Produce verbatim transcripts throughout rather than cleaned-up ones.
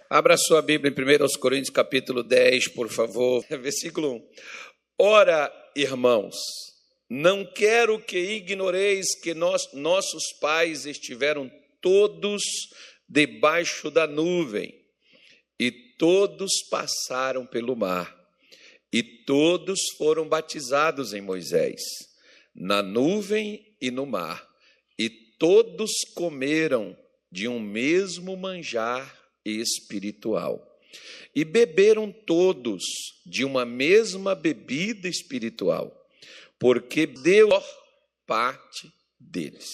Abra sua Bíblia em primeira Coríntios, capítulo dez, por favor. Versículo um. Ora, irmãos, não quero que ignoreis que nós, nossos pais estiveram todos debaixo da nuvem, e todos passaram pelo mar, e todos foram batizados em Moisés, na nuvem e no mar, e todos comeram de um mesmo manjar espiritual, e beberam todos de uma mesma bebida espiritual, porque deu parte deles.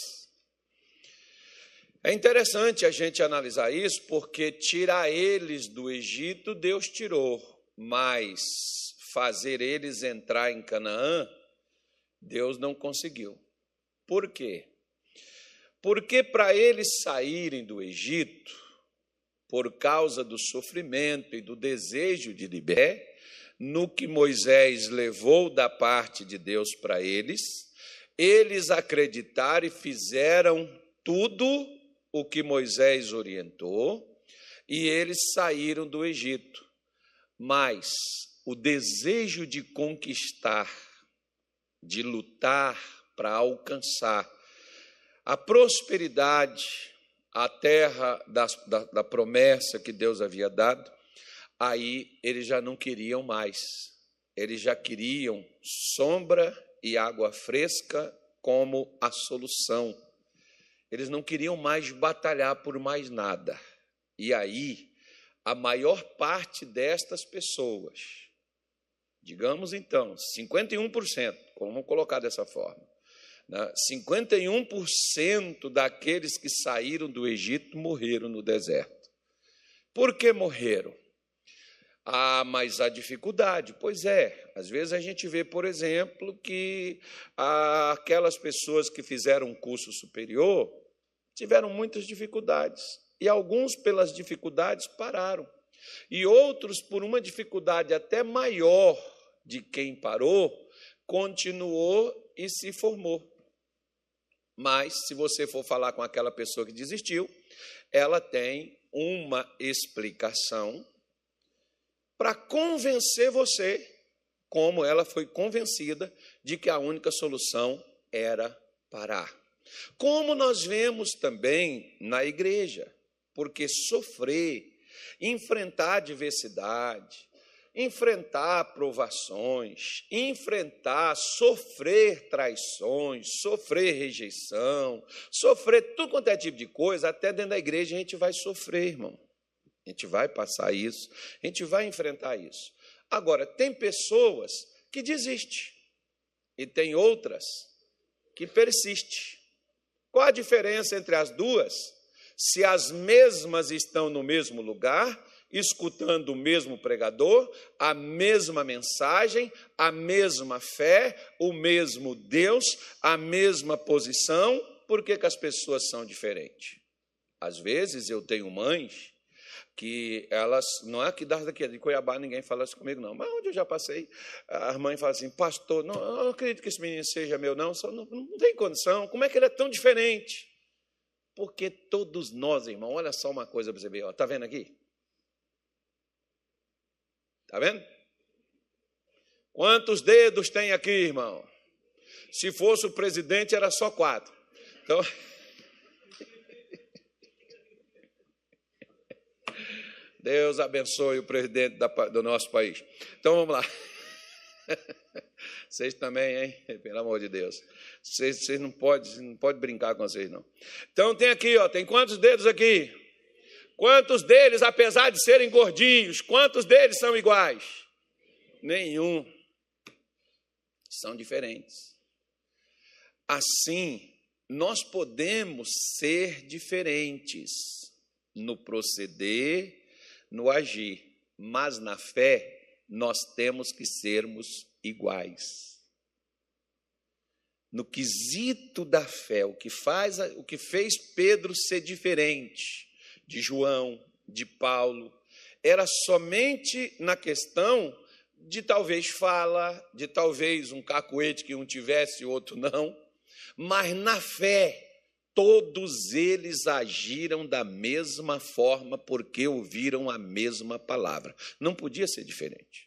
É interessante a gente analisar isso, porque tirar eles do Egito, Deus tirou, mas fazer eles entrar em Canaã, Deus não conseguiu. Por quê? Porque para eles saírem do Egito, por causa do sofrimento e do desejo de libertar, no que Moisés levou da parte de Deus para eles, eles acreditaram e fizeram tudo o que Moisés orientou, e eles saíram do Egito. Mas o desejo de conquistar, de lutar para alcançar a prosperidade, a terra da, da, da promessa que Deus havia dado, aí eles já não queriam mais. Eles já queriam sombra e água fresca como a solução. Eles não queriam mais batalhar por mais nada. E aí, a maior parte destas pessoas, digamos então, cinquenta e um por cento, vamos colocar dessa forma, cinquenta e um por cento daqueles que saíram do Egito morreram no deserto. Por que morreram? Ah, mas a dificuldade, pois é, às vezes a gente vê, por exemplo, que aquelas pessoas que fizeram um curso superior tiveram muitas dificuldades, e alguns pelas dificuldades pararam, e outros por uma dificuldade até maior de quem parou, continuou e se formou. Mas, se você for falar com aquela pessoa que desistiu, ela tem uma explicação para convencer você, como ela foi convencida de que a única solução era parar. Como nós vemos também na igreja, porque sofrer, enfrentar adversidade, enfrentar provações, enfrentar, sofrer traições, sofrer rejeição, sofrer tudo quanto é tipo de coisa, até dentro da igreja a gente vai sofrer, irmão. A gente vai passar isso, a gente vai enfrentar isso. Agora, tem pessoas que desistem e tem outras que persistem. Qual a diferença entre as duas? Se as mesmas estão no mesmo lugar, escutando o mesmo pregador, a mesma mensagem, a mesma fé, o mesmo Deus, a mesma posição, por que que as pessoas são diferentes? Às vezes eu tenho mães que elas, não é que daqui de Cuiabá ninguém fala isso comigo não, mas onde eu já passei, as mães falam assim, pastor, não, eu não acredito que esse menino seja meu não, só não, não tem condição, como é que ele é tão diferente? Porque todos nós, irmão, olha só uma coisa para você ver, está vendo aqui? Está vendo? Quantos dedos tem aqui, irmão? Se fosse o presidente, era só quatro. Então, Deus abençoe o presidente da, do nosso país. Então, vamos lá. Vocês também, hein? Pelo amor de Deus. Vocês, vocês não podem não pode brincar com vocês, não. Então, tem aqui, ó, tem quantos dedos aqui? Quantos deles, apesar de serem gordinhos, quantos deles são iguais? Nenhum. São diferentes. Assim, nós podemos ser diferentes no proceder, no agir, mas na fé nós temos que sermos iguais. No quesito da fé, o que faz, o que fez Pedro ser diferente de João, de Paulo, era somente na questão de talvez fala, de talvez um cacuete que um tivesse e o outro não, mas na fé todos eles agiram da mesma forma porque ouviram a mesma palavra. Não podia ser diferente.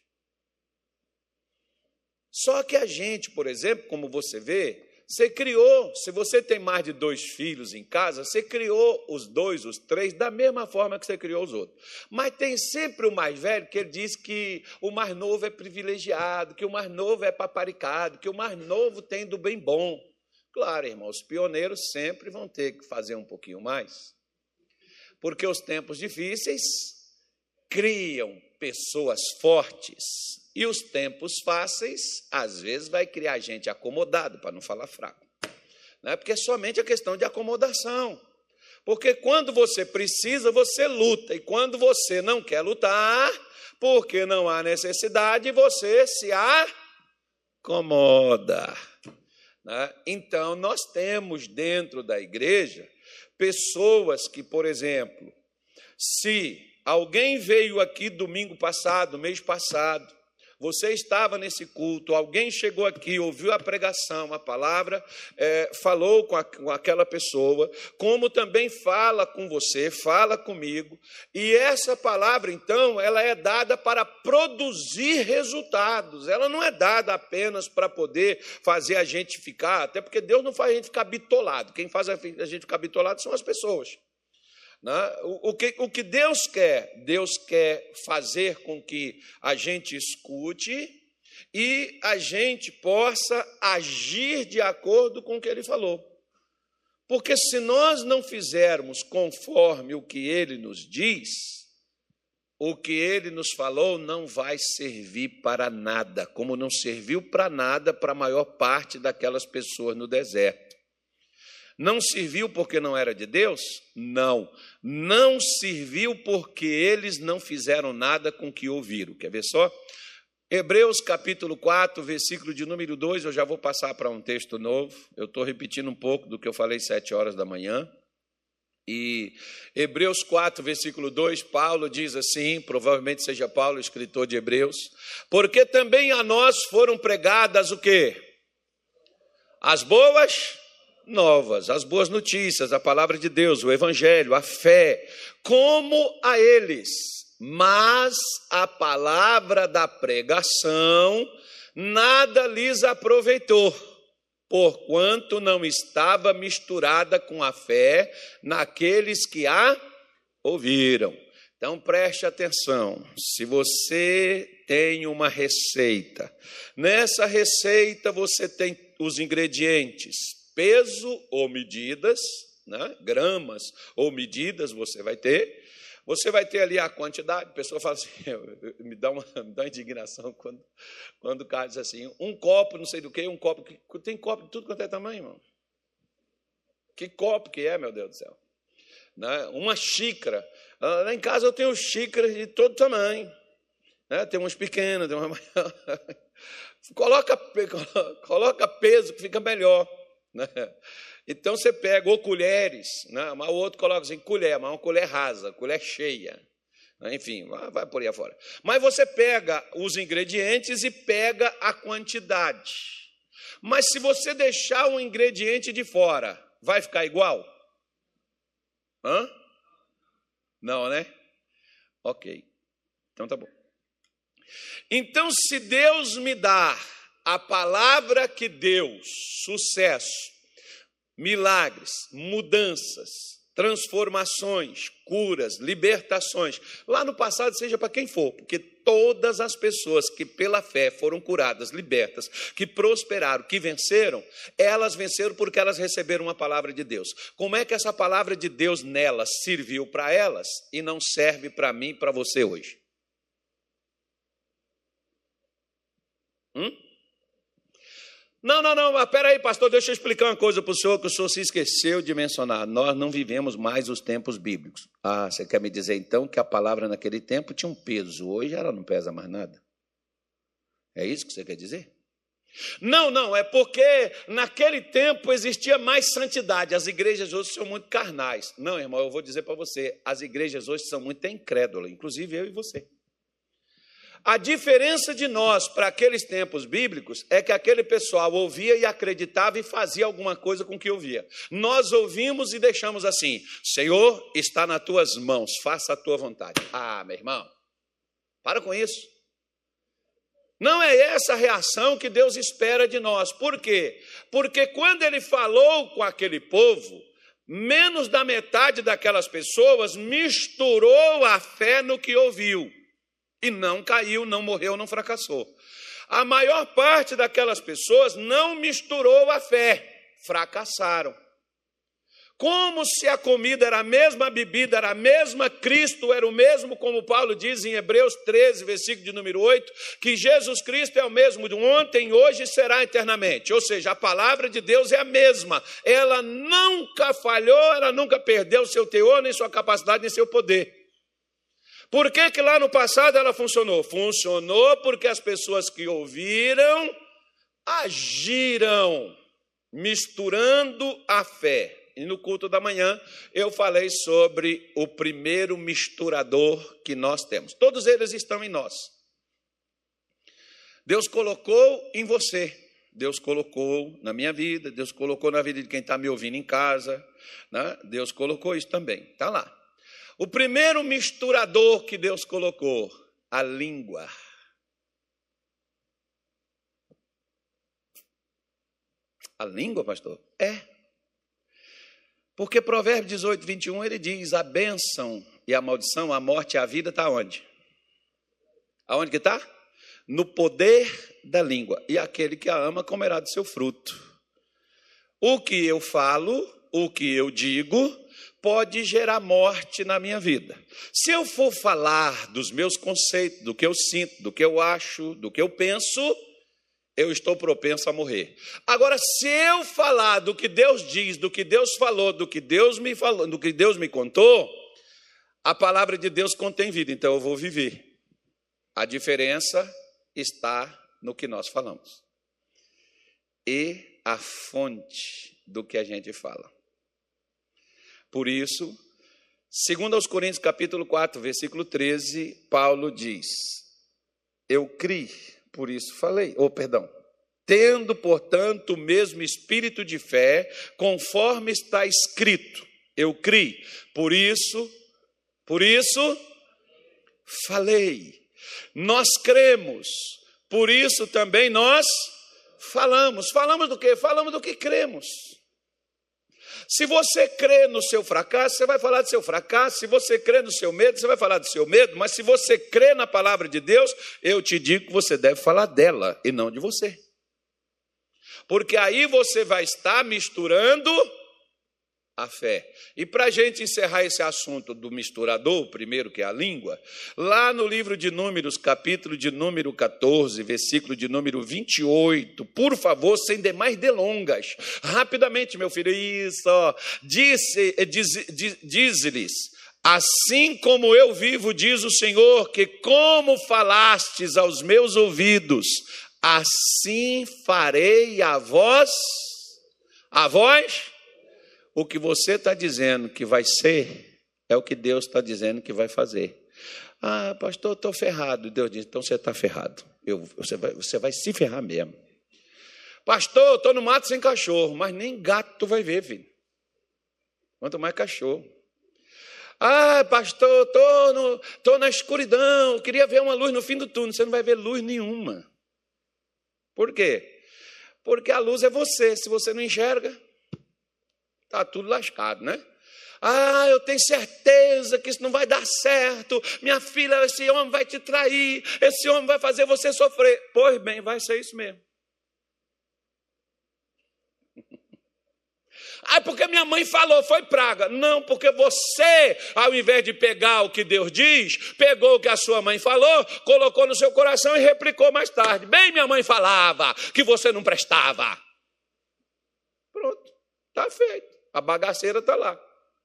Só que a gente, por exemplo, como você vê, você criou, se você tem mais de dois filhos em casa, você criou os dois, os três, da mesma forma que você criou os outros. Mas tem sempre o mais velho que ele diz que o mais novo é privilegiado, que o mais novo é paparicado, que o mais novo tem do bem bom. Claro, irmão, os pioneiros sempre vão ter que fazer um pouquinho mais, porque os tempos difíceis criam pessoas fortes, e os tempos fáceis, às vezes, vai criar gente acomodado, para não falar fraco. Não é porque é somente a questão de acomodação. Porque quando você precisa, você luta. E quando você não quer lutar, porque não há necessidade, você se acomoda. Né? Então, nós temos dentro da igreja pessoas que, por exemplo, se alguém veio aqui domingo passado, mês passado, você estava nesse culto, alguém chegou aqui, ouviu a pregação, a palavra, é, falou com, a, com aquela pessoa, como também fala com você, fala comigo, e essa palavra, então, ela é dada para produzir resultados, ela não é dada apenas para poder fazer a gente ficar, até porque Deus não faz a gente ficar bitolado, quem faz a gente ficar bitolado são as pessoas. O que, o que Deus quer? Deus quer fazer com que a gente escute e a gente possa agir de acordo com o que Ele falou. Porque se nós não fizermos conforme o que Ele nos diz, o que Ele nos falou não vai servir para nada, como não serviu para nada para a maior parte daquelas pessoas no deserto. Não serviu porque não era de Deus? Não. Não serviu porque eles não fizeram nada com o que ouviram. Quer ver só? Hebreus capítulo quatro, versículo de número dois, eu já vou passar para um texto novo. Eu estou repetindo um pouco do que eu falei sete horas da manhã. E Hebreus quatro, versículo dois, Paulo diz assim, provavelmente seja Paulo, escritor de Hebreus, porque também a nós foram pregadas o quê? As boas novas, as boas notícias, a palavra de Deus, o evangelho, a fé, como a eles, mas a palavra da pregação nada lhes aproveitou, porquanto não estava misturada com a fé naqueles que a ouviram. Então preste atenção, se você tem uma receita, nessa receita você tem os ingredientes, peso ou medidas, né? Gramas ou medidas você vai ter, você vai ter ali a quantidade, a pessoa fala assim, me dá uma, me dá uma indignação quando, quando o cara diz assim, um copo, não sei do que, um copo, tem copo de tudo quanto é tamanho, irmão. Que copo que é, meu Deus do céu? Né? Uma xícara, lá em casa eu tenho xícaras de todo tamanho, né? Tem umas pequenas, tem umas maiores, coloca, coloca peso que fica melhor. Então você pega ou colheres, né? Mas o outro coloca assim, colher, mas uma colher rasa, colher cheia, enfim, vai por aí afora. Mas você pega os ingredientes e pega a quantidade. Mas se você deixar um ingrediente de fora, vai ficar igual? Hã? Não, né? Ok, então tá bom. Então, se Deus me dá a palavra que Deus, sucesso, milagres, mudanças, transformações, curas, libertações, lá no passado seja para quem for, porque todas as pessoas que pela fé foram curadas, libertas, que prosperaram, que venceram, elas venceram porque elas receberam uma palavra de Deus. Como é que essa palavra de Deus nelas serviu para elas e não serve para mim e para você hoje? Hum? Não, não, não, mas peraí, pastor, deixa eu explicar uma coisa para o senhor que o senhor se esqueceu de mencionar. Nós não vivemos mais os tempos bíblicos. Ah, você quer me dizer então que a palavra naquele tempo tinha um peso, hoje ela não pesa mais nada? É isso que você quer dizer? Não, não, é porque naquele tempo existia mais santidade. As igrejas hoje são muito carnais. Não, irmão, eu vou dizer para você, as igrejas hoje são muito incrédulas, inclusive eu e você. A diferença de nós para aqueles tempos bíblicos é que aquele pessoal ouvia e acreditava e fazia alguma coisa com o que ouvia. Nós ouvimos e deixamos assim: Senhor, está nas tuas mãos, faça a tua vontade. Ah, meu irmão, para com isso. Não é essa a reação que Deus espera de nós. Por quê? Porque quando ele falou com aquele povo, menos da metade daquelas pessoas misturou a fé no que ouviu. E não caiu, não morreu, não fracassou. A maior parte daquelas pessoas não misturou a fé, fracassaram. Como se a comida era a mesma, a bebida era a mesma, Cristo era o mesmo, como Paulo diz em Hebreus treze, versículo de número oito, que Jesus Cristo é o mesmo de ontem, hoje e será eternamente. Ou seja, a palavra de Deus é a mesma. Ela nunca falhou, ela nunca perdeu seu teor, nem sua capacidade, nem seu poder. Por que que lá no passado ela funcionou? Funcionou porque as pessoas que ouviram, agiram, misturando a fé. E no culto da manhã eu falei sobre o primeiro misturador que nós temos. Todos eles estão em nós. Deus colocou em você, Deus colocou na minha vida, Deus colocou na vida de quem está me ouvindo em casa, né? Deus colocou isso também, está lá. O primeiro misturador que Deus colocou, a língua. A língua, pastor? É. Porque Provérbios dezoito, vinte e um, ele diz, a bênção e a maldição, a morte e a vida está onde? Aonde que está? No poder da língua. E aquele que a ama comerá do seu fruto. O que eu falo, o que eu digo, pode gerar morte na minha vida. Se eu for falar dos meus conceitos, do que eu sinto, do que eu acho, do que eu penso, eu estou propenso a morrer. Agora, se eu falar do que Deus diz, do que Deus falou, do que Deus me falou, do que Deus me contou, a palavra de Deus contém vida, então eu vou viver. A diferença está no que nós falamos. E a fonte do que a gente fala. Por isso, segundo aos Coríntios, capítulo quatro, versículo treze, Paulo diz, eu criei, por isso falei, ou oh, perdão, tendo, portanto, o mesmo espírito de fé, conforme está escrito, eu criei, por isso, por isso, falei. Nós cremos, por isso também nós falamos. Falamos do quê? Falamos do que cremos. Se você crê no seu fracasso, você vai falar do seu fracasso. Se você crê no seu medo, você vai falar do seu medo. Mas se você crê na palavra de Deus, eu te digo que você deve falar dela e não de você. Porque aí você vai estar misturando a fé. E para a gente encerrar esse assunto do misturador, o primeiro que é a língua, lá no livro de Números, capítulo de número catorze, versículo de número vinte e oito, por favor, sem demais delongas, rapidamente, meu filho, isso, ó, disse, diz, diz, diz-lhes, assim como eu vivo, diz o Senhor, que como falastes aos meus ouvidos, assim farei a vós, a vós. O que você está dizendo que vai ser, é o que Deus está dizendo que vai fazer. Ah, pastor, estou ferrado. Deus diz, então você está ferrado. Eu, você, vai, você vai se ferrar mesmo. Pastor, estou no mato sem cachorro, mas nem gato tu vai ver, filho. Quanto mais cachorro. Ah, pastor, estou no, tô na escuridão, queria ver uma luz no fim do túnel. Você não vai ver luz nenhuma. Por quê? Porque a luz é você. Se você não enxerga, está tudo lascado, né? Ah, eu tenho certeza que isso não vai dar certo. Minha filha, esse homem vai te trair. Esse homem vai fazer você sofrer. Pois bem, vai ser isso mesmo. Ah, porque minha mãe falou, foi praga. Não, porque você, ao invés de pegar o que Deus diz, pegou o que a sua mãe falou, colocou no seu coração e replicou mais tarde. Bem, minha mãe falava que você não prestava. Pronto, está feito. A bagaceira está lá.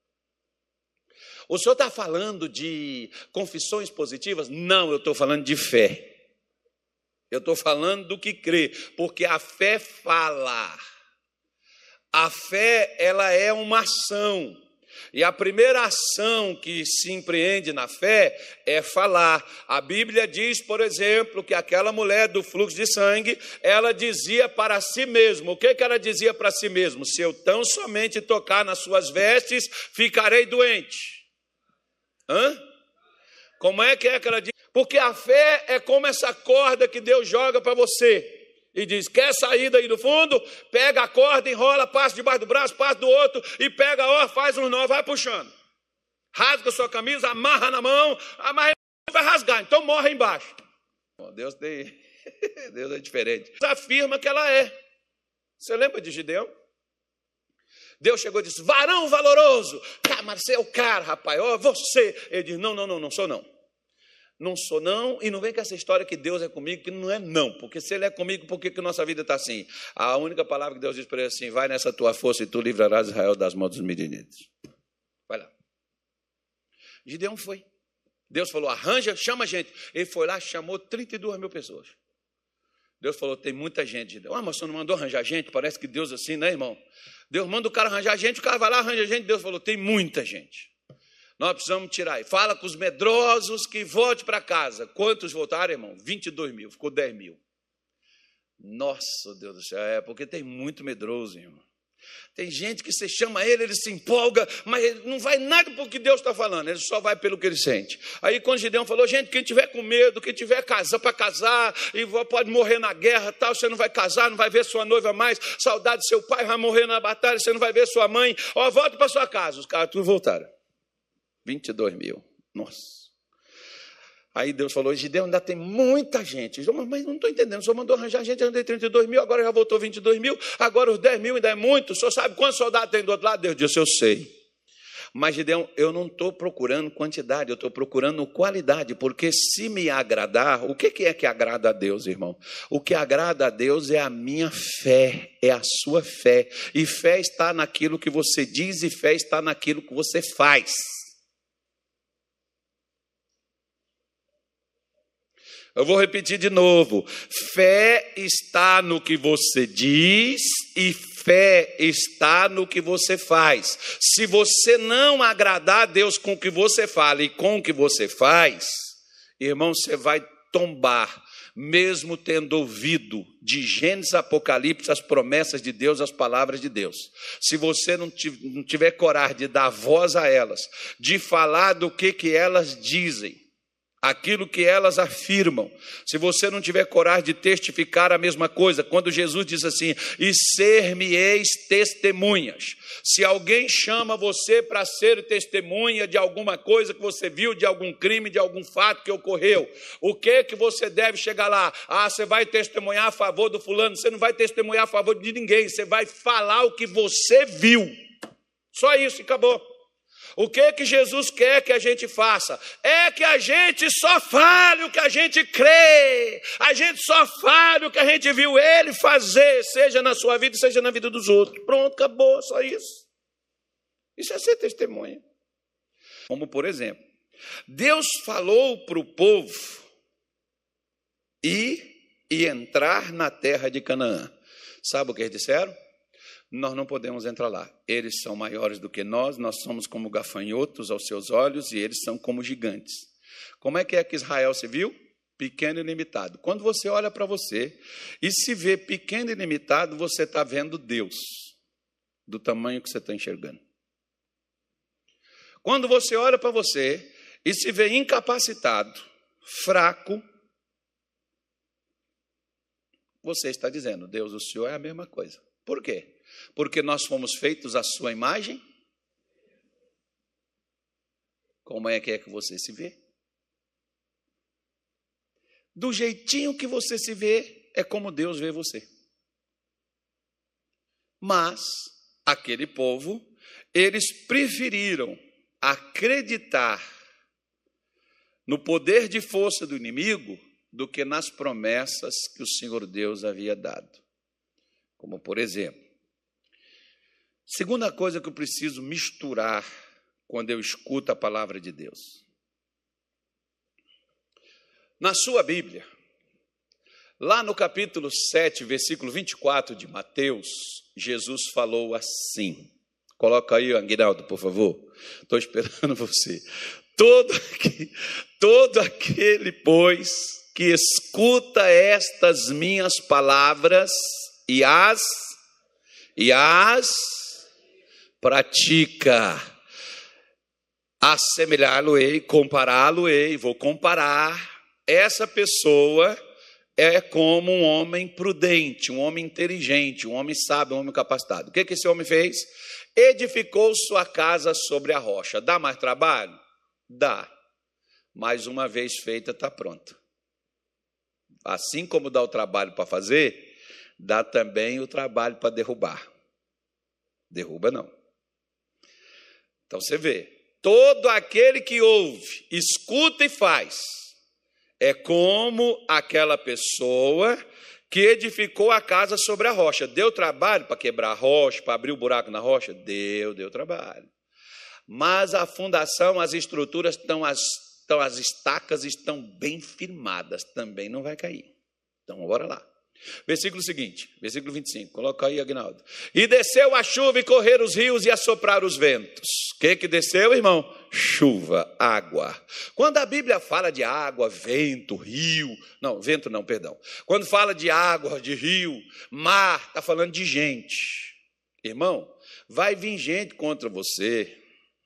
O senhor está falando de confissões positivas? Não, eu estou falando de fé. Eu estou falando do que crê, porque a fé fala. A fé, ela é uma ação. E a primeira ação que se empreende na fé é falar. A Bíblia diz, por exemplo, que aquela mulher do fluxo de sangue, ela dizia para si mesma. O que, que ela dizia para si mesma? Se eu tão somente tocar nas suas vestes, ficarei doente. Hã? Como é que é que ela diz? Porque a fé é como essa corda que Deus joga para você. E diz, quer sair daí do fundo? Pega a corda, enrola, passa debaixo do braço, passa do outro, e pega, ó, faz um nó, vai puxando. Rasga sua camisa, amarra na mão, amarra vai rasgar, então morre embaixo. Deus tem, Deus é diferente. Afirma que ela é. Você lembra de Gideão? Deus chegou e disse, varão valoroso. Cara, mas você é o cara, rapaz, ó, você. Ele diz, não, não, não, não sou não. Não sou não, e não vem com essa história que Deus é comigo, que não é não, porque se Ele é comigo, por que que nossa vida está assim? A única palavra que Deus diz para ele é assim, vai nessa tua força e tu livrarás Israel das mãos dos midianitas. Vai lá. Gideão foi. Deus falou, arranja, chama gente. Ele foi lá, chamou trinta e duas mil pessoas. Deus falou, tem muita gente, Gideão. Ah, mas você não mandou arranjar gente? Parece que Deus assim, né, irmão? Deus manda o cara arranjar gente, o cara vai lá, arranja gente. Deus falou, tem muita gente. Nós precisamos tirar aí. Fala com os medrosos que volte para casa. Quantos voltaram, irmão? vinte e dois mil, ficou dez mil. Nossa, Deus do céu, é porque tem muito medroso, irmão. Tem gente que você chama ele, ele se empolga, mas ele não vai nada por que Deus está falando, ele só vai pelo que ele sente. Aí quando Gideão falou, gente, quem tiver com medo, quem tiver casa para casar, e pode morrer na guerra, tal, você não vai casar, não vai ver sua noiva mais, saudade do seu pai, vai morrer na batalha, você não vai ver sua mãe, ó, volta para sua casa. Os caras tudo voltaram. vinte e dois mil. Nossa. Aí Deus falou, Gideão, ainda tem muita gente. Eu, mas não estou entendendo, o senhor mandou arranjar gente, eu andei trinta e dois mil, agora já voltou vinte e dois mil, agora os dez mil ainda é muito, o senhor sabe quantos soldados tem do outro lado? Deus disse, eu sei. Mas, Gideão, eu não estou procurando quantidade, eu estou procurando qualidade, porque se me agradar, o que é que agrada a Deus, irmão? O que agrada a Deus é a minha fé, é a sua fé. E fé está naquilo que você diz e fé está naquilo que você faz. Eu vou repetir de novo. Fé está no que você diz e fé está no que você faz. Se você não agradar a Deus com o que você fala e com o que você faz, irmão, você vai tombar, mesmo tendo ouvido de Gênesis a Apocalipse as promessas de Deus, as palavras de Deus. Se você não tiver coragem de dar voz a elas, de falar do que, que elas dizem, aquilo que elas afirmam, se você não tiver coragem de testificar a mesma coisa, quando Jesus diz assim, e ser-me-eis testemunhas, se alguém chama você para ser testemunha de alguma coisa que você viu, de algum crime, de algum fato que ocorreu, o que que você deve chegar lá? Ah, você vai testemunhar a favor do fulano, você não vai testemunhar a favor de ninguém, você vai falar o que você viu, só isso, e acabou. O que que Jesus quer que a gente faça? É que a gente só fale o que a gente crê. A gente só fale o que a gente viu Ele fazer, seja na sua vida, seja na vida dos outros. Pronto, acabou, só isso. Isso é ser testemunha. Como, por exemplo, Deus falou para o povo ir e entrar na terra de Canaã. Sabe o que eles disseram? Nós não podemos entrar lá. Eles são maiores do que nós, nós somos como gafanhotos aos seus olhos e eles são como gigantes. Como é que é que Israel se viu? Pequeno e limitado. Quando você olha para você e se vê pequeno e limitado, você está vendo Deus, do tamanho que você está enxergando. Quando você olha para você e se vê incapacitado, fraco, você está dizendo, Deus, o Senhor é a mesma coisa. Por quê? Porque nós fomos feitos à sua imagem. Como é que é que você se vê? Do jeitinho que você se vê, é como Deus vê você. Mas, aquele povo, eles preferiram acreditar no poder de força do inimigo do que nas promessas que o Senhor Deus havia dado. Como, por exemplo, segunda coisa que eu preciso misturar quando eu escuto a palavra de Deus. Na sua Bíblia, lá no capítulo sete, versículo vinte e quatro de Mateus, Jesus falou assim, Coloca aí, Aguinaldo, por favor. Estou esperando você. Todo, todo aquele, pois, que escuta estas minhas palavras e as, e as pratica, assemelhá-lo-ei, compará-lo-ei, vou comparar, essa pessoa é como um homem prudente, um homem inteligente, um homem sábio, um homem capacitado. O que, que esse homem fez? Edificou sua casa sobre a rocha. Dá mais trabalho? Dá. Mas uma vez feita, está pronto. Assim como dá o trabalho para fazer, dá também o trabalho para derrubar. Derruba não. Então você vê, todo aquele que ouve, escuta e faz, é como aquela pessoa que edificou a casa sobre a rocha. Deu trabalho para quebrar a rocha, para abrir o buraco na rocha? Deu, deu trabalho. Mas a fundação, as estruturas, estão as, estão, as estacas estão bem firmadas, também não vai cair. Então, bora lá. Versículo seguinte, versículo vinte e cinco, coloca aí, Aguinaldo. E desceu a chuva e correram os rios e assopraram os ventos. O que que desceu, irmão? Chuva, água. Quando a Bíblia fala de água, vento, rio, não, vento não, perdão. Quando fala de água, de rio, mar, está falando de gente. Irmão, vai vir gente contra você,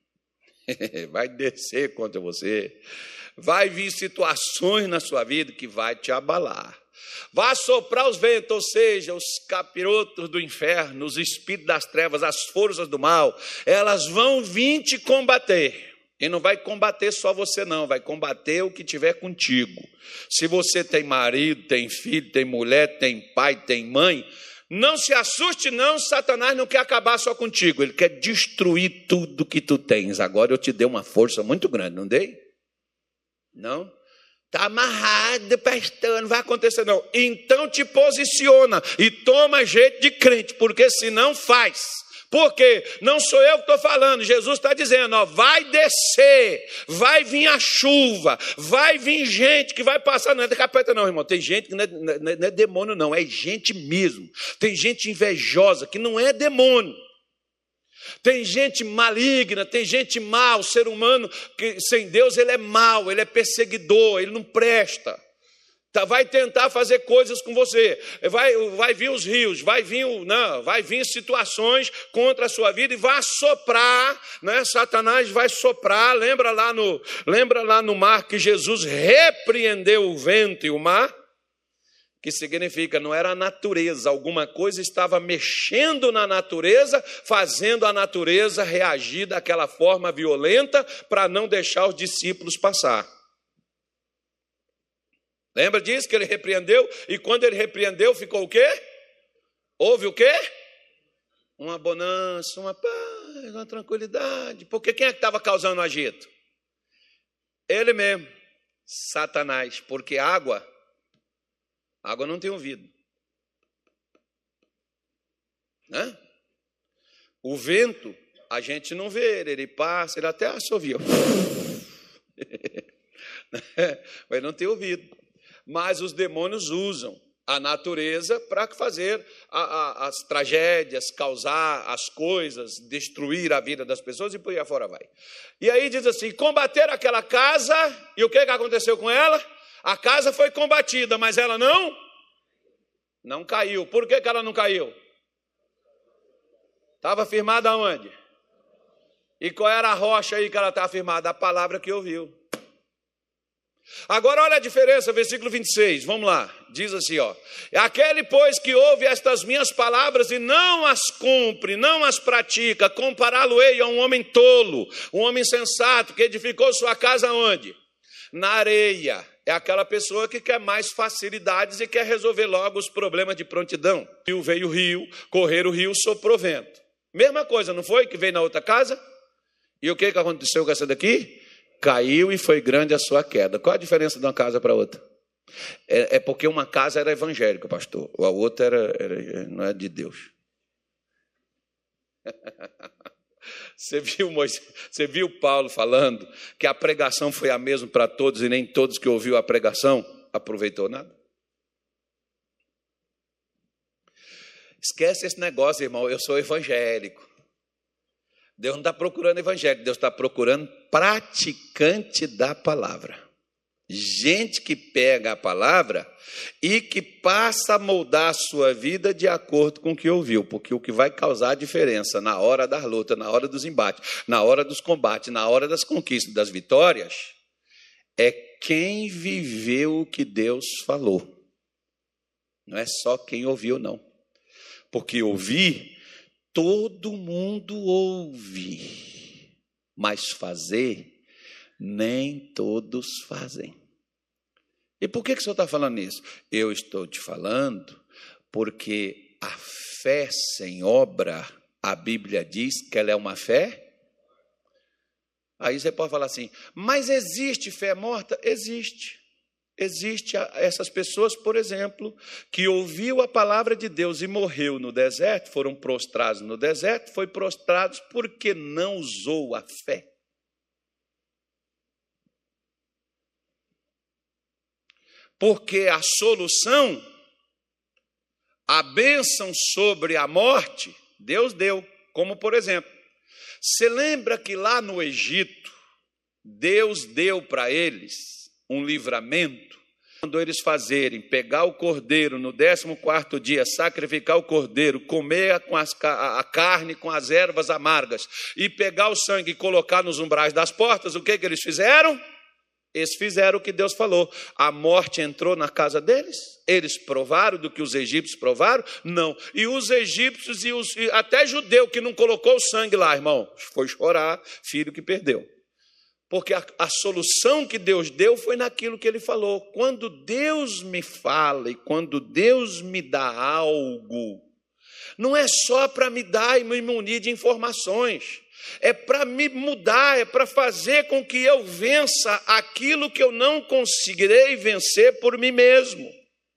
vai descer contra você, vai vir situações na sua vida que vai te abalar. Vai soprar os ventos, ou seja, os capirotos do inferno, os espíritos das trevas, as forças do mal, elas vão vir te combater. E não vai combater só você não, vai combater o que tiver contigo. Se você tem marido, tem filho, tem mulher, tem pai, tem mãe, não se assuste não, Satanás não quer acabar só contigo, ele quer destruir tudo que tu tens. Agora eu te dei uma força muito grande, não dei? Não? Está amarrado, pastor, não vai acontecer não. Então te posiciona e toma jeito de crente, porque senão faz. Por quê? Não sou eu que estou falando, Jesus está dizendo, ó, vai descer, vai vir a chuva, vai vir gente que vai passar, não é da capeta não, irmão, tem gente que não é, não é demônio não, é gente mesmo, tem gente invejosa que não é demônio. Tem gente maligna, tem gente má, o ser humano que sem Deus ele é mau, ele é perseguidor, ele não presta. Tá, vai tentar fazer coisas com você, vai, vai vir os rios, vai vir, não, vai vir situações contra a sua vida e vai soprar, né? Satanás vai soprar, lembra lá, no, lembra lá no mar que Jesus repreendeu o vento e o mar? Que significa, não era a natureza, alguma coisa estava mexendo na natureza, fazendo a natureza reagir daquela forma violenta para não deixar os discípulos passar. Lembra disso que ele repreendeu? E quando ele repreendeu, ficou o quê? Houve o quê? Uma bonança, uma paz, uma tranquilidade. Porque quem é que estava causando o agito? Ele mesmo, Satanás, porque água... Água não tem ouvido. Né? O vento, a gente não vê, ele passa, ele até assovia. Mas não tem ouvido. Mas os demônios usam a natureza para fazer a, a, as tragédias, causar as coisas, destruir a vida das pessoas e por aí afora vai. E aí diz assim, combater aquela casa, e o que, que aconteceu com ela? A casa foi combatida, mas ela não, não caiu. Por que, que ela não caiu? Estava firmada onde? E qual era a rocha aí que ela estava firmada? A palavra que ouviu. Agora olha a diferença, versículo vinte e seis, vamos lá. Diz assim, ó. Aquele, pois, que ouve estas minhas palavras e não as cumpre, não as pratica, compará-lo-ei a um homem tolo, um homem insensato, que edificou sua casa onde? Na areia. É aquela pessoa que quer mais facilidades e quer resolver logo os problemas de prontidão. Rio veio o rio, correr o rio, soprou vento. Mesma coisa, não foi? Que veio na outra casa? E o que, que aconteceu com essa daqui? Caiu e foi grande a sua queda. Qual a diferença de uma casa para outra? É, é porque uma casa era evangélica, pastor. A outra era, era, não é de Deus. Você viu, Moisés, você viu Paulo falando que a pregação foi a mesma para todos e nem todos que ouviu a pregação aproveitou nada? Esquece esse negócio, irmão, eu sou evangélico. Deus não está procurando evangélico, Deus está procurando praticante da palavra. Gente que pega a palavra e que passa a moldar a sua vida de acordo com o que ouviu, porque o que vai causar a diferença na hora da luta, na hora dos embates, na hora dos combates, na hora das conquistas, das vitórias, é quem viveu o que Deus falou. Não é só quem ouviu, não. Porque ouvir, todo mundo ouve, mas fazer, nem todos fazem. E por que, que o senhor está falando isso? Eu estou te falando porque a fé sem obra, a Bíblia diz que ela é uma fé. Aí você pode falar assim, mas existe fé morta? Existe. Existe essas pessoas, por exemplo, que ouviu a palavra de Deus e morreu no deserto, foram prostrados no deserto, foi prostrados porque não usou a fé. Porque a solução, a bênção sobre a morte, Deus deu. Como, por exemplo, você lembra que lá no Egito, Deus deu para eles um livramento? Quando eles fazerem, pegar o cordeiro no décimo quarto dia, sacrificar o cordeiro, comer com as, a carne com as ervas amargas e pegar o sangue e colocar nos umbrais das portas, o que, que eles fizeram? Eles fizeram o que Deus falou. A morte entrou na casa deles? Eles provaram do que os egípcios provaram? Não. E os egípcios e, os, e até judeu que não colocou o sangue lá, irmão, foi chorar, filho que perdeu. Porque a, a solução que Deus deu foi naquilo que ele falou. Quando Deus me fala e quando Deus me dá algo, não é só para me dar e me munir de informações. É para me mudar, é para fazer com que eu vença aquilo que eu não conseguirei vencer por mim mesmo.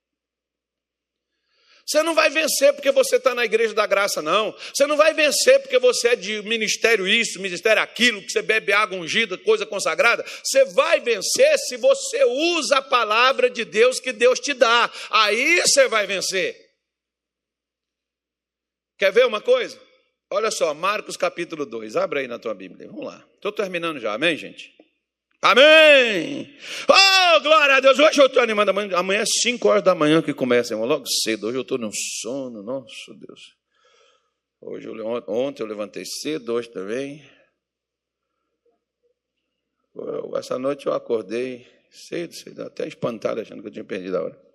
Você não vai vencer porque você está na igreja da graça, não. Você não vai vencer porque você é de ministério isso, ministério aquilo, que você bebe água ungida, coisa consagrada. Você vai vencer se você usa a palavra de Deus que Deus te dá. Aí você vai vencer. Quer ver uma coisa? Olha só, Marcos capítulo dois. Abra aí na tua Bíblia. Vamos lá. Estou terminando já. Amém, gente? Amém! Oh, glória a Deus! Hoje eu estou animado. Amanhã, amanhã é cinco horas da manhã que começa, irmão. Logo cedo. Hoje eu estou num sono. Nossa, Deus. Hoje eu, ontem eu levantei cedo, hoje também. Essa noite eu acordei cedo, cedo. Até espantado, achando que eu tinha perdido a hora.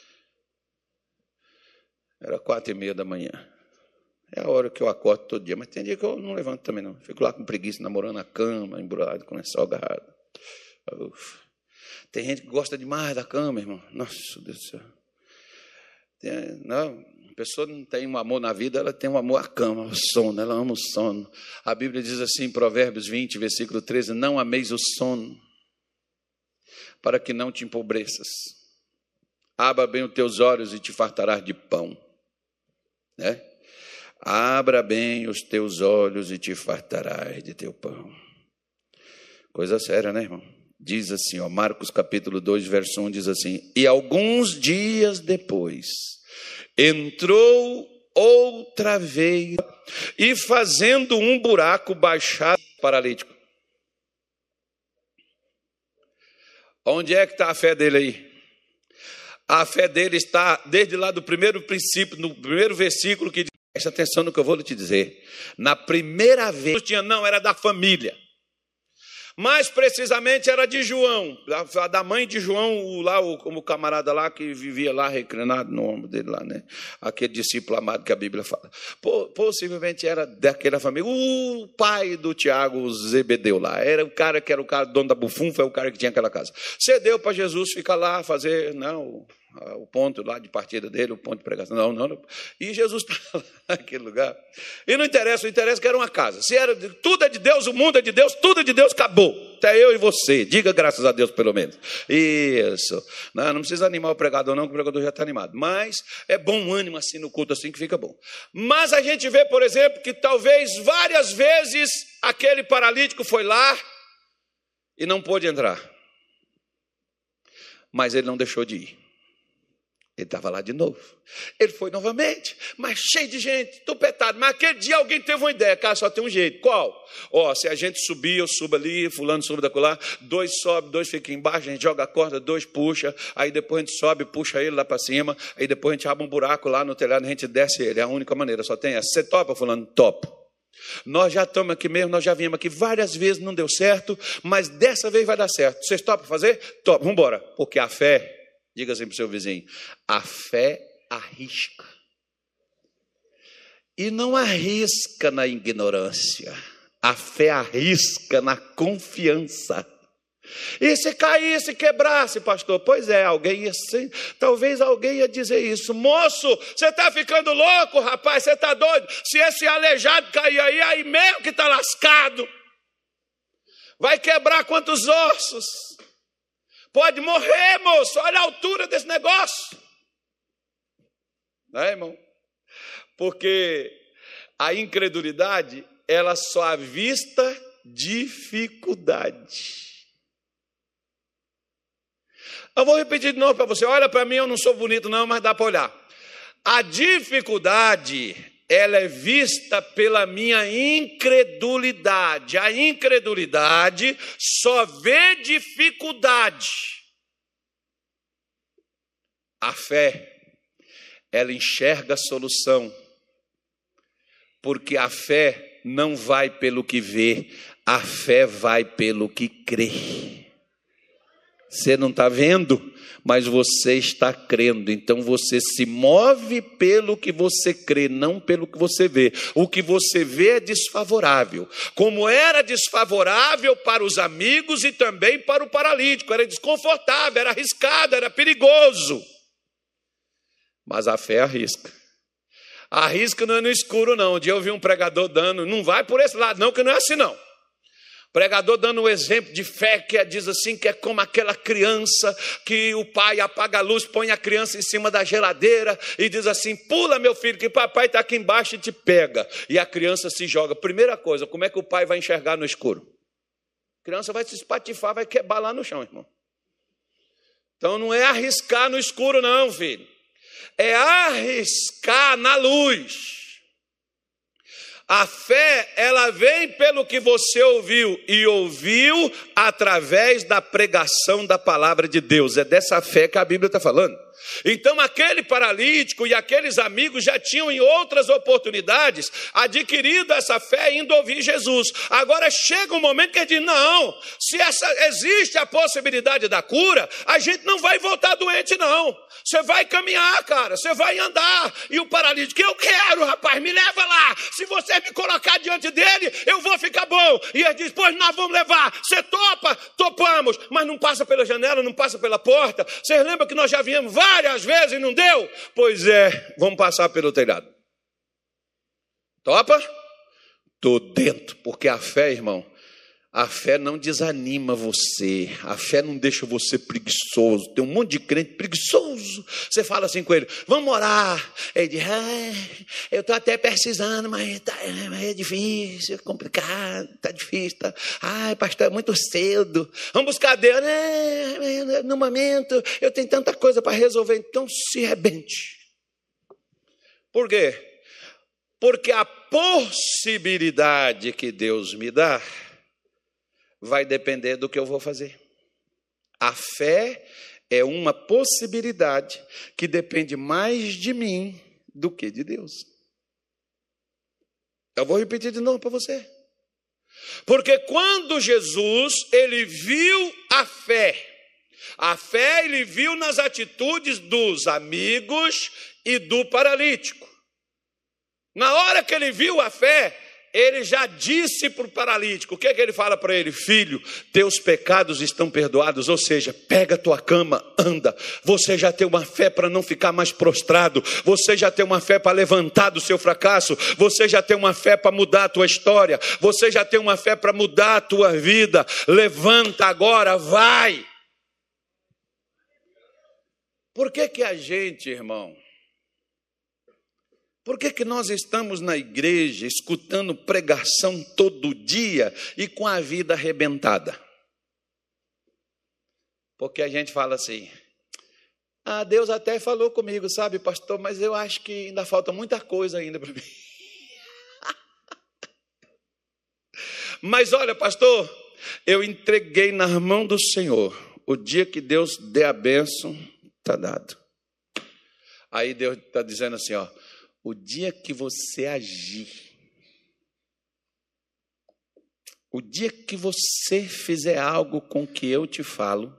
Era quatro e meia da manhã. É a hora que eu acordo todo dia, mas tem dia que eu não levanto também, não. Fico lá com preguiça, namorando a cama, embrulhado com lençol agarrado. Uf. Tem gente que gosta demais da cama, irmão. Nossa, Deus do céu. Tem, não, a pessoa não tem um amor na vida, ela tem um amor à cama, ao sono, ela ama o sono. A Bíblia diz assim, em Provérbios vinte, versículo treze, não ameis o sono, para que não te empobreças. Abra bem os teus olhos e te fartarás de pão. Né? Abra bem os teus olhos e te fartarás de teu pão. Coisa séria, né, irmão? Diz assim, ó, Marcos capítulo dois, verso um, diz assim, e alguns dias depois, entrou outra vez, e fazendo um buraco, baixado paralítico. Onde é que está a fé dele aí? A fé dele está desde lá do primeiro princípio, no primeiro versículo que diz, presta atenção no que eu vou te dizer. Na primeira vez, tinha, não, era da família. Mais precisamente era de João, da mãe de João, o, lá, o, o camarada lá que vivia lá, reclinado no ombro dele lá, né? Aquele discípulo amado que a Bíblia fala. Possivelmente era daquela família. O pai do Tiago, Zebedeu lá, era o cara que era o cara dono da bufunfa, é o cara que tinha aquela casa. Cedeu para Jesus ficar lá, fazer, não... o ponto lá de partida dele, o ponto de pregação, não, não, não. E Jesus está lá naquele lugar. E não interessa, o interessa que era uma casa. Se era, tudo é de Deus, o mundo é de Deus, tudo é de Deus, acabou. Até eu e você, diga graças a Deus pelo menos. Isso. Não, não precisa animar o pregador não, que o pregador já está animado. Mas é bom ânimo assim no culto, assim que fica bom. Mas a gente vê, por exemplo, que talvez várias vezes aquele paralítico foi lá e não pôde entrar. Mas ele não deixou de ir. Ele estava lá de novo. Ele foi novamente, mas cheio de gente, tupetado. Mas aquele dia alguém teve uma ideia, cara, só tem um jeito. Qual? Ó, se a gente subir, eu subo ali, fulano subo da colar, dois sobe, dois fica embaixo, a gente joga a corda, dois puxa, aí depois a gente sobe, puxa ele lá para cima, aí depois a gente abre um buraco lá no telhado, a gente desce ele. É a única maneira, só tem essa. Você topa, fulano? Topo. Nós já estamos aqui mesmo, nós já viemos aqui várias vezes, não deu certo, mas dessa vez vai dar certo. Vocês topam fazer? Top, vamos embora. Porque a fé, diga assim para o seu vizinho, a fé arrisca. E não arrisca na ignorância, a fé arrisca na confiança. E se caísse, se quebrasse, pastor? Pois é, alguém ia ser, talvez alguém ia dizer isso. Moço, você está ficando louco, rapaz, você está doido? Se esse aleijado cair aí, aí mesmo que está lascado. Vai quebrar quantos ossos? Pode morrer, moço, olha a altura desse negócio. Não é, irmão? Porque a incredulidade, ela só avista dificuldade. Eu vou repetir de novo para você. Olha para mim, eu não sou bonito não, mas dá para olhar. A dificuldade, ela é vista pela minha incredulidade. A incredulidade só vê dificuldade. A fé, ela enxerga a solução. Porque a fé não vai pelo que vê, a fé vai pelo que crê. Você não está vendo, mas você está crendo. Então você se move pelo que você crê, não pelo que você vê. O que você vê é desfavorável. Como era desfavorável para os amigos e também para o paralítico. Era desconfortável, era arriscado, era perigoso. Mas a fé arrisca. Arrisca não é no escuro, não. Um dia eu vi um pregador dando, não vai por esse lado, não, que não é assim, não. Pregador dando um exemplo de fé que é, diz assim, que é como aquela criança que o pai apaga a luz, põe a criança em cima da geladeira e diz assim, pula meu filho que papai está aqui embaixo e te pega. E a criança se joga. Primeira coisa, como é que o pai vai enxergar no escuro? A criança vai se espatifar, vai quebrar lá no chão, irmão. Então não é arriscar no escuro não, filho. É arriscar na luz. A fé, ela vem pelo que você ouviu e ouviu através da pregação da palavra de Deus. É dessa fé que a Bíblia está falando. Então aquele paralítico e aqueles amigos já tinham em outras oportunidades adquirido essa fé indo ouvir Jesus. Agora chega um momento que ele diz, não, se essa, existe a possibilidade da cura, a gente não vai voltar doente não. Você vai caminhar, cara, você vai andar. E o paralítico, eu quero, rapaz, me leva lá. Se você me colocar diante dele, eu vou ficar bom. E ele diz, pois nós vamos levar. Você topa? Topamos. Mas não passa pela janela, não passa pela porta. Vocês lembram que nós já viemos várias vezes e não deu? Pois é, vamos passar pelo telhado. Topa? Tô dentro, porque a fé, irmão, a fé não desanima você, a fé não deixa você preguiçoso. Tem um monte de crente preguiçoso. Você fala assim com ele, vamos orar. Ele diz, ah, eu estou até precisando, mas, tá, mas é difícil, é complicado, está difícil. Tá. Ai, pastor, é muito cedo. Vamos buscar Deus. É, no momento, eu tenho tanta coisa para resolver, então se rebente. Por quê? Porque a possibilidade que Deus me dá vai depender do que eu vou fazer. A fé é uma possibilidade que depende mais de mim do que de Deus. Eu vou repetir de novo para você. Porque quando Jesus, ele viu a fé, a fé ele viu nas atitudes dos amigos e do paralítico. Na hora que ele viu a fé, ele já disse para o paralítico, o que, é que ele fala para ele? Filho, teus pecados estão perdoados, ou seja, pega a tua cama, anda. Você já tem uma fé para não ficar mais prostrado, você já tem uma fé para levantar do seu fracasso, você já tem uma fé para mudar a tua história, você já tem uma fé para mudar a tua vida. Levanta agora, vai. Por que que a gente, irmão, por que que nós estamos na igreja escutando pregação todo dia e com a vida arrebentada? Porque a gente fala assim, Ah, Deus até falou comigo, sabe, pastor, mas eu acho que ainda falta muita coisa ainda para mim. Mas olha, pastor, eu entreguei nas mãos do Senhor. O dia que Deus der a bênção, está dado. Aí Deus está dizendo assim, ó, o dia que você agir, o dia que você fizer algo com o que eu te falo,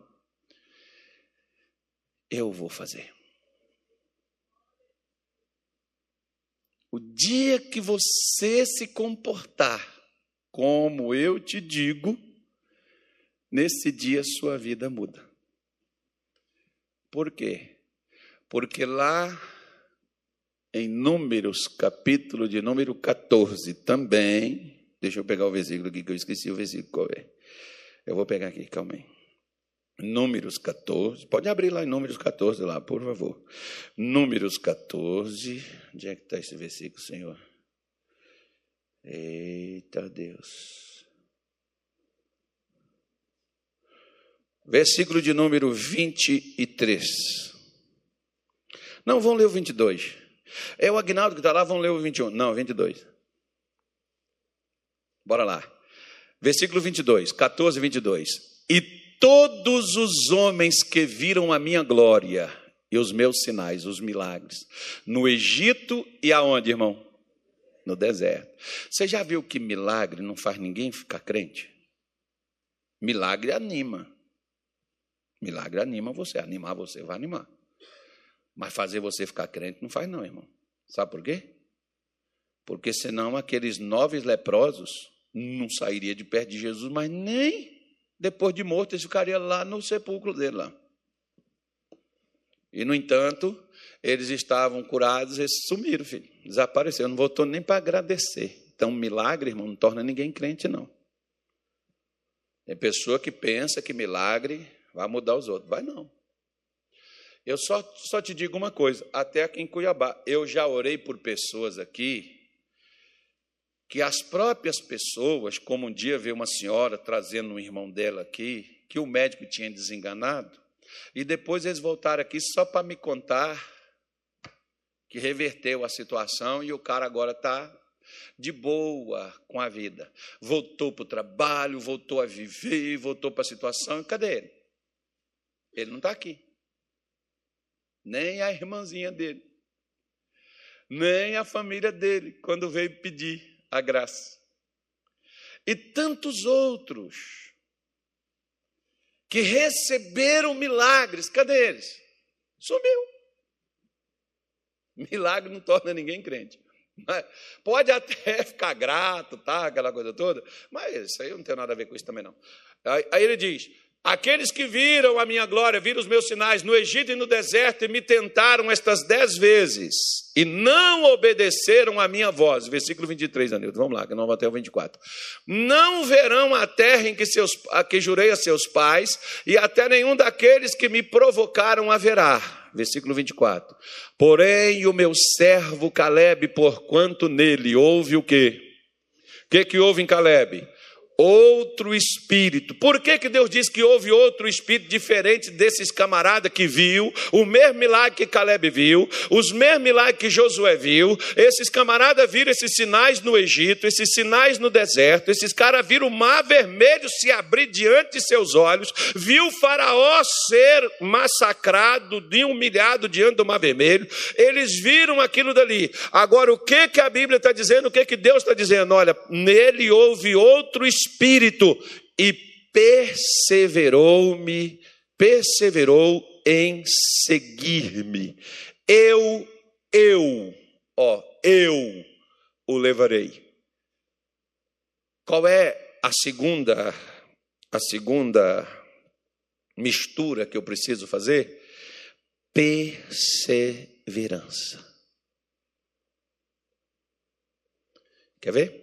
eu vou fazer. O dia que você se comportar como eu te digo, nesse dia sua vida muda. Por quê? Porque lá em Números, capítulo de número catorze, também, deixa eu pegar o versículo aqui, que eu esqueci o versículo qual é. Eu vou pegar aqui, calma aí. Números catorze, pode abrir lá em Números catorze, lá, por favor. Números catorze, onde é que está esse versículo, Senhor? Eita Deus. Versículo de número vinte e três. Não, vão ler o vinte e dois. É o Agnaldo que está lá, vão ler o vinte e um. Não, vinte e dois. Bora lá. Versículo vinte e dois, catorze, vinte e dois. E todos os homens que viram a minha glória e os meus sinais, os milagres, no Egito e aonde, irmão? No deserto. Você já viu que milagre não faz ninguém ficar crente? Milagre anima. Milagre anima você. Animar você vai animar. Mas fazer você ficar crente não faz não, irmão. Sabe por quê? Porque senão aqueles nove leprosos não sairiam de perto de Jesus, mas nem depois de morto eles ficariam lá no sepulcro dele lá. E, no entanto, eles estavam curados, eles sumiram, filho. Desapareceram, não voltou nem para agradecer. Então, milagre, irmão, não torna ninguém crente, não. Tem pessoa que pensa que milagre vai mudar os outros. Vai não. Eu só, só te digo uma coisa, até aqui em Cuiabá, eu já orei por pessoas aqui, que as próprias pessoas, como um dia veio uma senhora trazendo um irmão dela aqui, que o médico tinha desenganado, e depois eles voltaram aqui só para me contar que reverteu a situação e o cara agora está de boa com a vida. Voltou para o trabalho, voltou a viver, voltou para a situação. E cadê ele? Ele não está aqui. Nem a irmãzinha dele. Nem a família dele, quando veio pedir a graça. E tantos outros que receberam milagres, cadê eles? Sumiu. Milagre não torna ninguém crente. Mas pode até ficar grato, tá, aquela coisa toda, mas isso aí não tem nada a ver com isso também não. Aí, aí ele diz, aqueles que viram a minha glória, viram os meus sinais no Egito e no deserto e me tentaram estas dez vezes e não obedeceram a minha voz. Versículo vinte e três, Anildo, vamos lá, que não vai até o vinte e quatro. Não verão a terra em que, seus, a que jurei a seus pais e até nenhum daqueles que me provocaram haverá. Versículo vinte e quatro. Porém, o meu servo Calebe, porquanto nele houve o quê? O que que houve em Calebe? Outro espírito. Por que que Deus diz que houve outro espírito diferente desses camaradas que viu o mesmo milagre que Calebe viu, os mesmos milagres que Josué viu? Esses camaradas viram esses sinais no Egito, esses sinais no deserto, esses caras viram o mar vermelho se abrir diante de seus olhos, viu o faraó ser massacrado, humilhado diante do mar vermelho, eles viram aquilo dali. Agora, o que que a Bíblia está dizendo, o que que Deus está dizendo? Olha, nele houve outro espírito, Espírito, e perseverou-me, perseverou em seguir-me. Eu, eu, ó, eu o levarei. Qual é a segunda, a segunda mistura que eu preciso fazer? Perseverança. Quer ver?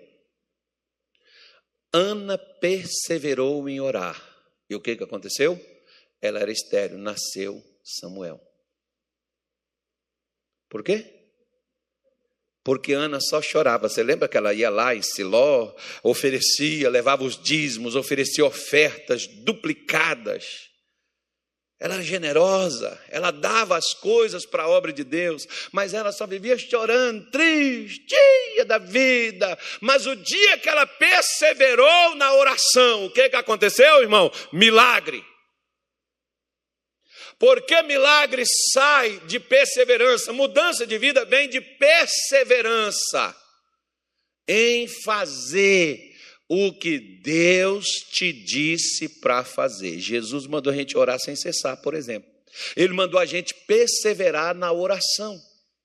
Ana perseverou em orar. E o que que aconteceu? Ela era estéril, nasceu Samuel. Por quê? Porque Ana só chorava. Você lembra que ela ia lá em Siló, oferecia, levava os dízimos, oferecia ofertas duplicadas. ela era generosa, ela dava as coisas para a obra de Deus, mas ela só vivia chorando, triste da vida. Mas o dia que ela perseverou na oração, o que, que aconteceu, irmão? Milagre. Porque milagre sai de perseverança, mudança de vida vem de perseverança em fazer o que Deus te disse para fazer. Jesus mandou a gente orar sem cessar, por exemplo. Ele mandou a gente perseverar na oração.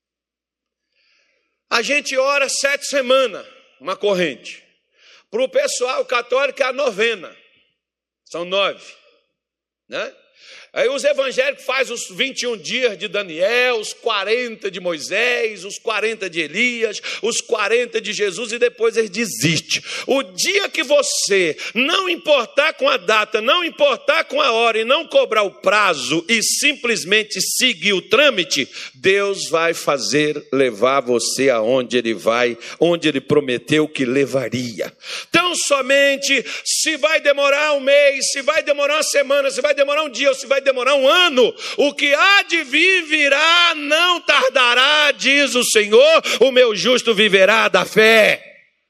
A gente ora sete semanas, uma corrente. Para o pessoal católico é a novena. São nove, né? Aí os evangélicos fazem os vinte e um dias de Daniel, os quarenta de Moisés, os quarenta de Elias, os quarenta de Jesus, e depois eles desistem. O dia que você não importar com a data, não importar com a hora e não cobrar o prazo e simplesmente seguir o trâmite, Deus vai fazer levar você aonde Ele vai, onde Ele prometeu que levaria. Tão somente se vai demorar um mês, se vai demorar uma semana, se vai demorar um dia ou se vai demorar um ano, o que há de vir virá, não tardará, diz o Senhor, o meu justo viverá da fé.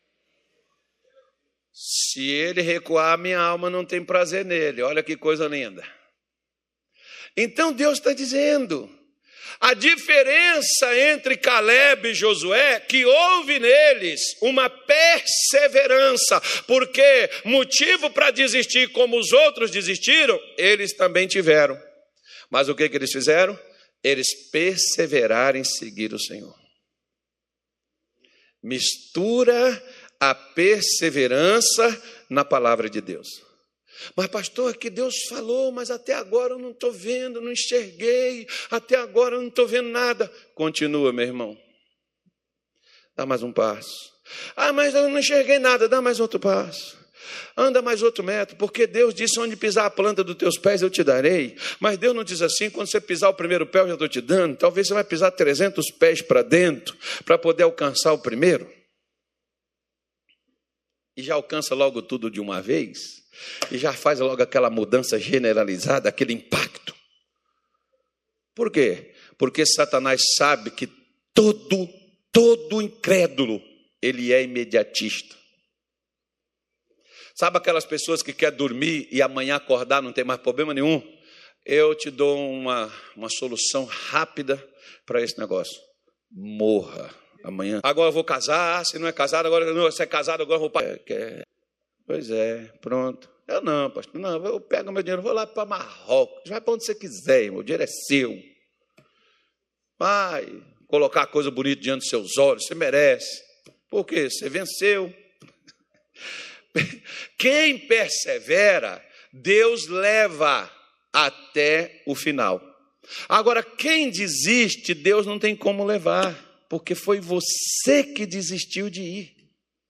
Se ele recuar, minha alma não tem prazer nele. Olha que coisa linda. Então Deus está dizendo, a diferença entre Caleb e Josué, que houve neles uma perseverança, porque motivo para desistir como os outros desistiram, eles também tiveram. Mas o que, que eles fizeram? Eles perseveraram em seguir o Senhor. Mistura a perseverança na palavra de Deus. Mas pastor, que Deus falou, mas até agora eu não estou vendo, não enxerguei, até agora eu não estou vendo nada. Continua, meu irmão. Dá mais um passo. Ah, mas eu não enxerguei nada, dá mais outro passo. Anda mais outro metro, porque Deus disse, onde pisar a planta dos teus pés eu te darei. Mas Deus não diz assim, quando você pisar o primeiro pé eu já estou te dando. Talvez você vai pisar trezentos pés para dentro, para poder alcançar o primeiro. E já alcança logo tudo de uma vez. E já faz logo aquela mudança generalizada, aquele impacto. Por quê? Porque Satanás sabe que todo, todo incrédulo, ele é imediatista. Sabe aquelas pessoas que querem dormir e amanhã acordar, não tem mais problema nenhum? Eu te dou uma, uma solução rápida para esse negócio. Morra amanhã. Agora eu vou casar, se não é casado, agora não, se é casado, agora eu vou... É, quer... Pois é, pronto. Eu não, pastor, não, eu pego meu dinheiro, vou lá para Marrocos, vai para onde você quiser, irmão, o dinheiro é seu. Vai colocar coisa bonita diante dos seus olhos, você merece. Por quê? Você venceu. Quem persevera, Deus leva até o final. Agora, quem desiste, Deus não tem como levar, porque foi você que desistiu de ir.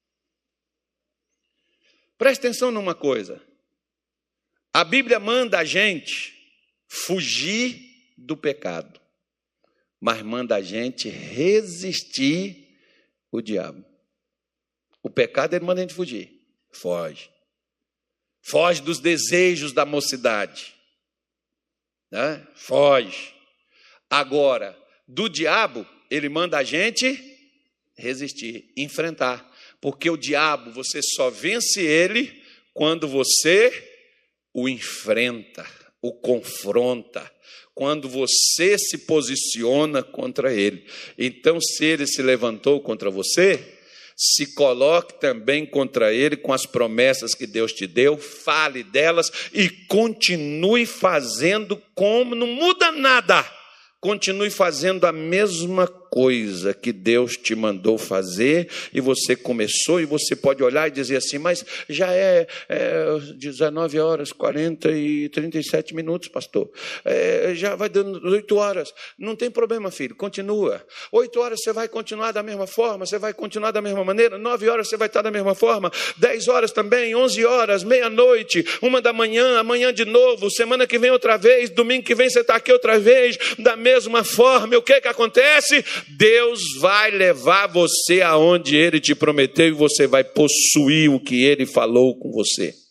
Presta atenção numa coisa. A Bíblia manda a gente fugir do pecado, mas manda a gente resistir o diabo. O pecado, ele manda a gente fugir. Foge. Foge dos desejos da mocidade. Né? Foge. Agora, do diabo, ele manda a gente resistir, enfrentar. Porque o diabo, você só vence ele quando você o enfrenta, o confronta, quando você se posiciona contra ele. Então, se ele se levantou contra você, se coloque também contra ele com as promessas que Deus te deu, fale delas e continue fazendo como não muda nada. Continue fazendo a mesma coisa que Deus te mandou fazer e você começou, e você pode olhar e dizer assim, mas já é, é dezenove horas, quarenta e trinta e sete minutos, pastor. É, já vai dando oito horas. Não tem problema, filho, continua. oito horas você vai continuar da mesma forma, você vai continuar da mesma maneira, nove horas você vai estar da mesma forma, dez horas também, onze horas, meia-noite, uma da manhã, amanhã de novo, semana que vem outra vez, domingo que vem você está aqui outra vez, da mesma forma. E o que que acontece? Deus vai levar você aonde Ele te prometeu e você vai possuir o que Ele falou com você.